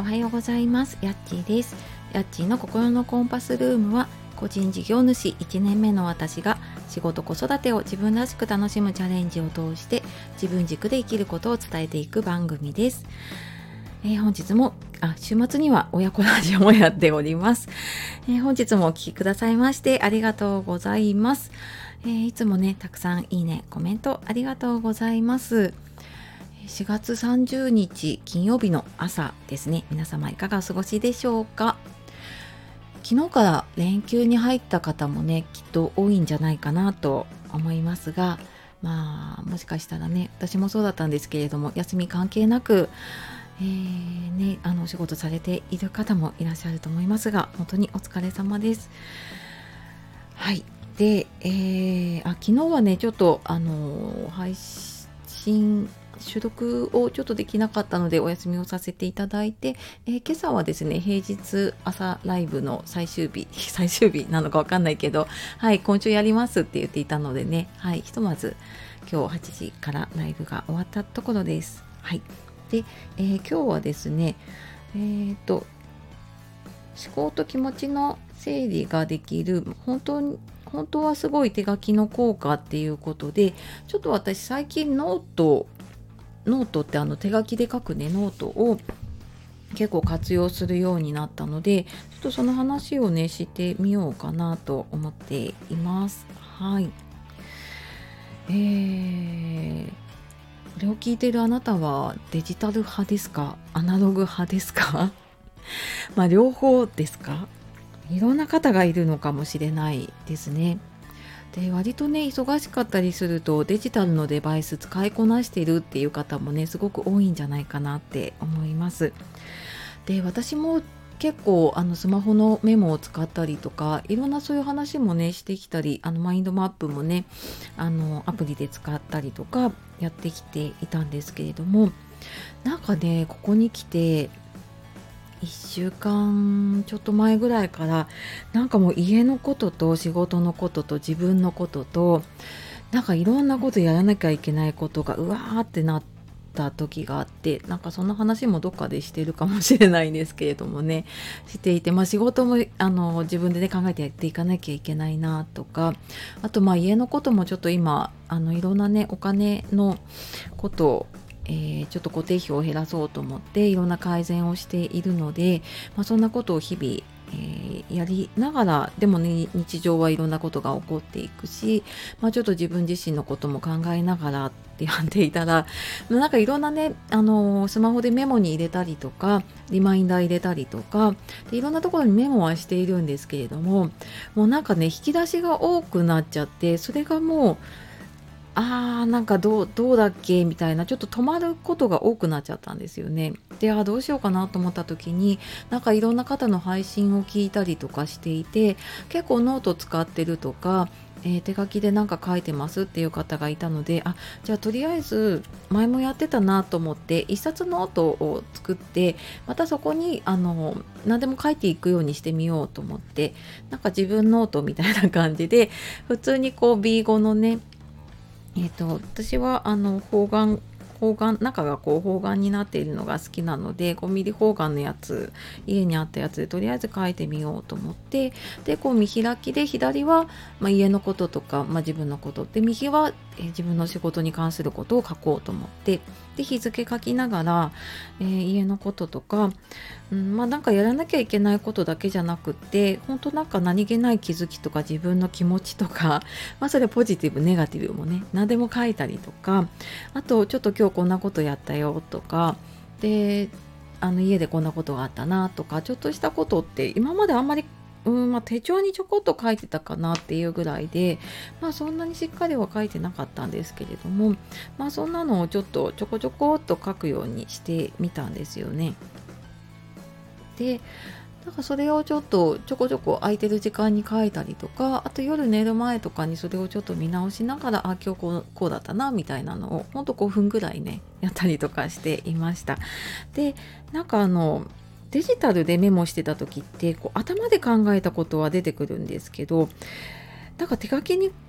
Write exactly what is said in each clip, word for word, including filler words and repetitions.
おはようございます。やっちーです。やっちーの心のコンパスルームは、個人事業主いちねんめの私が仕事子育てを自分らしく楽しむチャレンジを通して自分軸で生きることを伝えていく番組です。えー、本日もあ週末には親子ラジオもやっております。えー、本日もお聞きくださいましてありがとうございます。えー、いつもねたくさんいいねコメントありがとうございます。しがつさんじゅうにち金曜日の朝ですね。皆様いかがお過ごしでしょうか。昨日から連休に入った方もねきっと多いんじゃないかなと思いますが、まあもしかしたらね私もそうだったんですけれども、休み関係なく、えーね、あのお仕事されている方もいらっしゃると思いますが、本当にお疲れ様です。はいで、えー、あ昨日はねちょっとあの配信収録をちょっとできなかったのでお休みをさせていただいて、えー、今朝はですね平日朝ライブの最終日最終日なのかわかんないけど、はい今週やりますって言っていたのでね、はいひとまず今日はちじからライブが終わったところです。はいで、えー、今日はですねえー、と思考と気持ちの整理ができる本当に本当はすごい手書きの効果っていうことで、ちょっと私最近ノートノートってあの手書きで書くねノートを結構活用するようになったので、ちょっとその話をねしてみようかなと思っています。はいえー、これを聞いているあなたはデジタル派ですかアナログ派ですかまあ両方ですか。いろんな方がいるのかもしれないですね。で割とね忙しかったりするとデジタルのデバイス使いこなしているっていう方もねすごく多いんじゃないかなって思います。で私も結構あのスマホのメモを使ったりとかいろんなそういう話もねしてきたり、あのマインドマップもねあのアプリで使ったりとかやってきていたんですけれども、なんかねここに来ていっしゅうかんちょっと前ぐらいからなんかもう家のことと仕事のことと自分のこととなんかいろんなことやらなきゃいけないことがうわーってなった時があって、なんかその話もどっかでしてるかもしれないんですけれどもねしていて、まあ、仕事もあの自分でね考えてやっていかなきゃいけないなとか、あとまあ家のこともちょっと今あのいろんなねお金のことをえー、ちょっと固定費を減らそうと思っていろんな改善をしているので、まあ、そんなことを日々、えー、やりながらでもね日常はいろんなことが起こっていくし、まあ、ちょっと自分自身のことも考えながらってやっていたら、なんかいろんなね、あのー、スマホでメモに入れたりとかリマインダー入れたりとかでいろんなところにメモはしているんですけれども、もうなんかね引き出しが多くなっちゃって、それがもうあーなんかどう、どうだっけみたいなちょっと止まることが多くなっちゃったんですよね。であーどうしようかなと思った時になんかいろんな方の配信を聞いたりとかしていて、結構ノート使ってるとか、えー手書きでなんか書いてますっていう方がいたので、あじゃあとりあえず前もやってたなと思って一冊ノートを作ってまたそこにあの何でも書いていくようにしてみようと思って、なんか自分ノートみたいな感じで普通にこう ビーご のねえーと、私はあの方眼方眼中がこう方眼になっているのが好きなので、ごミリ方眼のやつ家にあったやつでとりあえず書いてみようと思って、でこう見開きで左は、まあ、家のこととか、まあ、自分のことで右は、えー自分の仕事に関することを書こうと思って、で日付書きながら、えー家のこととか、うん、まあなんかやらなきゃいけないことだけじゃなくって、本当なんか何気ない気づきとか自分の気持ちとか、まあそれポジティブネガティブもね何でも書いたりとか、あとちょっと今日こんなことやったよとかで、あの家でこんなことがあったなとか、ちょっとしたことって今まであんまりうんまあ、手帳にちょこっと書いてたかなっていうぐらいで、まあそんなにしっかりは書いてなかったんですけれども、まあそんなのをちょっとちょこちょこっと書くようにしてみたんですよね。でなんかそれをちょっとちょこちょこ空いてる時間に書いたりとか、あと夜寝る前とかにそれをちょっと見直しながら、あ今日こう、こうだったなみたいなのをほんとごふんぐらいねやったりとかしていました。でなんかあのデジタルでメモしてた時ってこう頭で考えたことは出てくるんですけど、なんか手書きに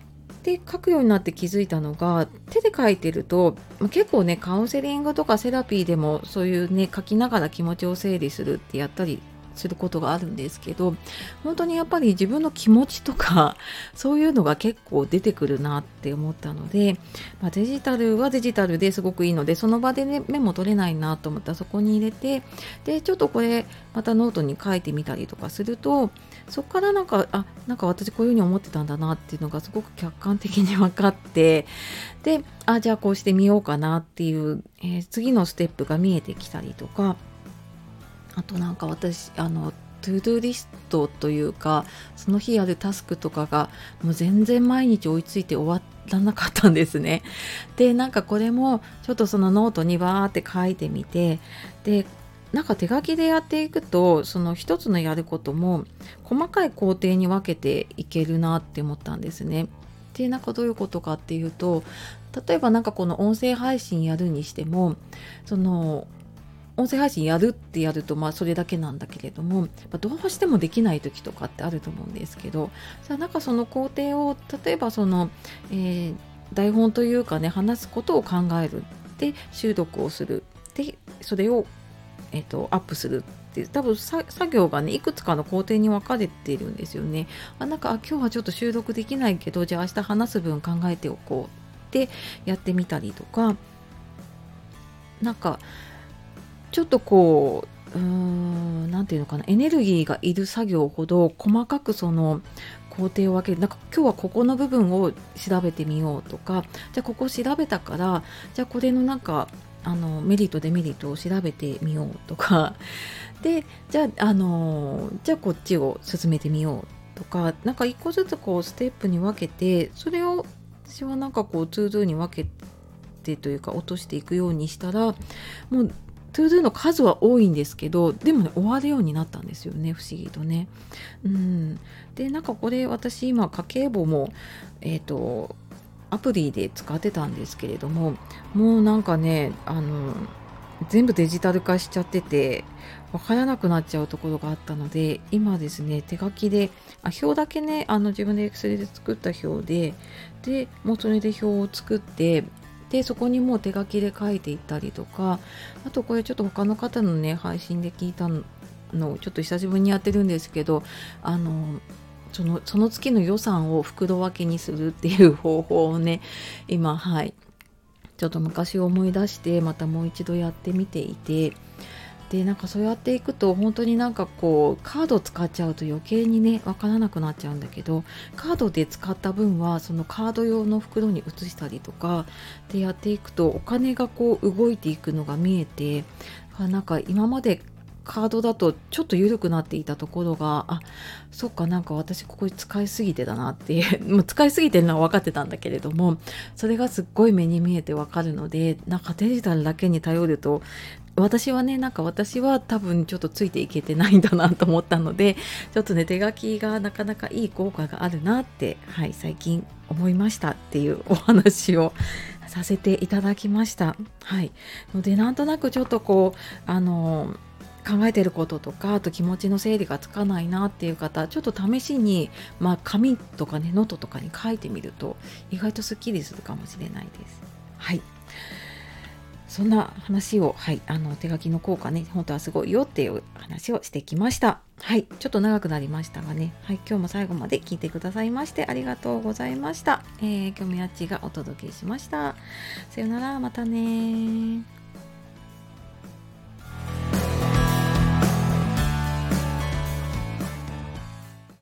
で書くようになって気づいたのが、手で書いてると結構ね、カウンセリングとかセラピーでもそういうね、書きながら気持ちを整理するってやったりすることがあるんですけど、本当にやっぱり自分の気持ちとかそういうのが結構出てくるなって思ったので、まあ、デジタルはデジタルですごくいいので、その場で、ね、メモ取れないなと思ったらそこに入れて、でちょっとこれまたノートに書いてみたりとかすると、そこからなんかあなんか私こういうふうに思ってたんだなっていうのがすごく客観的に分かって、であじゃあこうしてみようかなっていう、えー次のステップが見えてきたりとか、あとなんか私あのトゥードゥーリストというか、その日やるタスクとかがもう全然毎日追いついて終わらなかったんですね。でなんかこれもちょっとそのノートにバーって書いてみて、でなんか手書きでやっていくと、その一つのやることも細かい工程に分けていけるなって思ったんですね。でなんかどういうことかっていうと、例えばなんかこの音声配信やるにしても、その音声配信やるってやるとまあそれだけなんだけれども、まあどうしてもできない時とかってあると思うんですけど、じゃあなんかその工程を例えばその、えー台本というかね、話すことを考える、で収録をする、でそれを、えーとアップするっていう、多分さ作業がねいくつかの工程に分かれているんですよね。あなんかあ今日はちょっと収録できないけど、じゃあ明日話す分考えておこうってやってみたりとか、なんかちょっとこう、うーん、なんていうのかな、エネルギーがいる作業ほど細かくその工程を分ける。なんか今日はここの部分を調べてみようとか、じゃあここ調べたから、じゃあこれのなんかあのメリットデメリットを調べてみようとか、でじゃああのじゃあこっちを進めてみようとか、なんか一個ずつこうステップに分けて、それを私はなんかこうトゥードゥに分けてというか落としていくようにしたら、もうトゥードゥの数は多いんですけど、でもね終わるようになったんですよね、不思議とね。うん、でなんかこれ私今家計簿もえっ、とアプリで使ってたんですけれども、もうなんかねあの全部デジタル化しちゃっててわからなくなっちゃうところがあったので、今ですね手書きであ表だけね、あの自分で Excel で作った表ででもうそれで表を作って、でそこにもう手書きで書いていったりとか、あとこれちょっと他の方のね配信で聞いたのをちょっと久しぶりにやってるんですけど、あのそのその月の予算を袋分けにするっていう方法をね今はいちょっと昔を思い出してまたもう一度やってみていて、でなんかそうやっていくと本当になんかこうカードを使っちゃうと余計にねわからなくなっちゃうんだけど、カードで使った分はそのカード用の袋に移したりとかでやっていくと、お金がこう動いていくのが見えて、あなんか今までカードだとちょっと緩くなっていたところが、あそっかなんか私ここ使いすぎてだなっていうもう使いすぎてるのは分かってたんだけれども、それがすっごい目に見えて分かるので、なんかデジタルだけに頼ると私はねなんか私は多分ちょっとついていけてないんだなと思ったので、ちょっとね手書きがなかなかいい効果があるなって、はい、最近思いましたっていうお話をさせていただきました。はいのでなんとなくちょっとこうあの考えてることとか、あと気持ちの整理がつかないなっていう方、ちょっと試しに、まあ、紙とかねノートとかに書いてみると意外とすっきりするかもしれないです。はい、そんな話を、はい、あの手書きの効果ね本当はすごいよっていう話をしてきました。はい、ちょっと長くなりましたがね、はい、今日も最後まで聞いてくださいましてありがとうございました。えー、今日もやっちがお届けしました。さよなら、またね。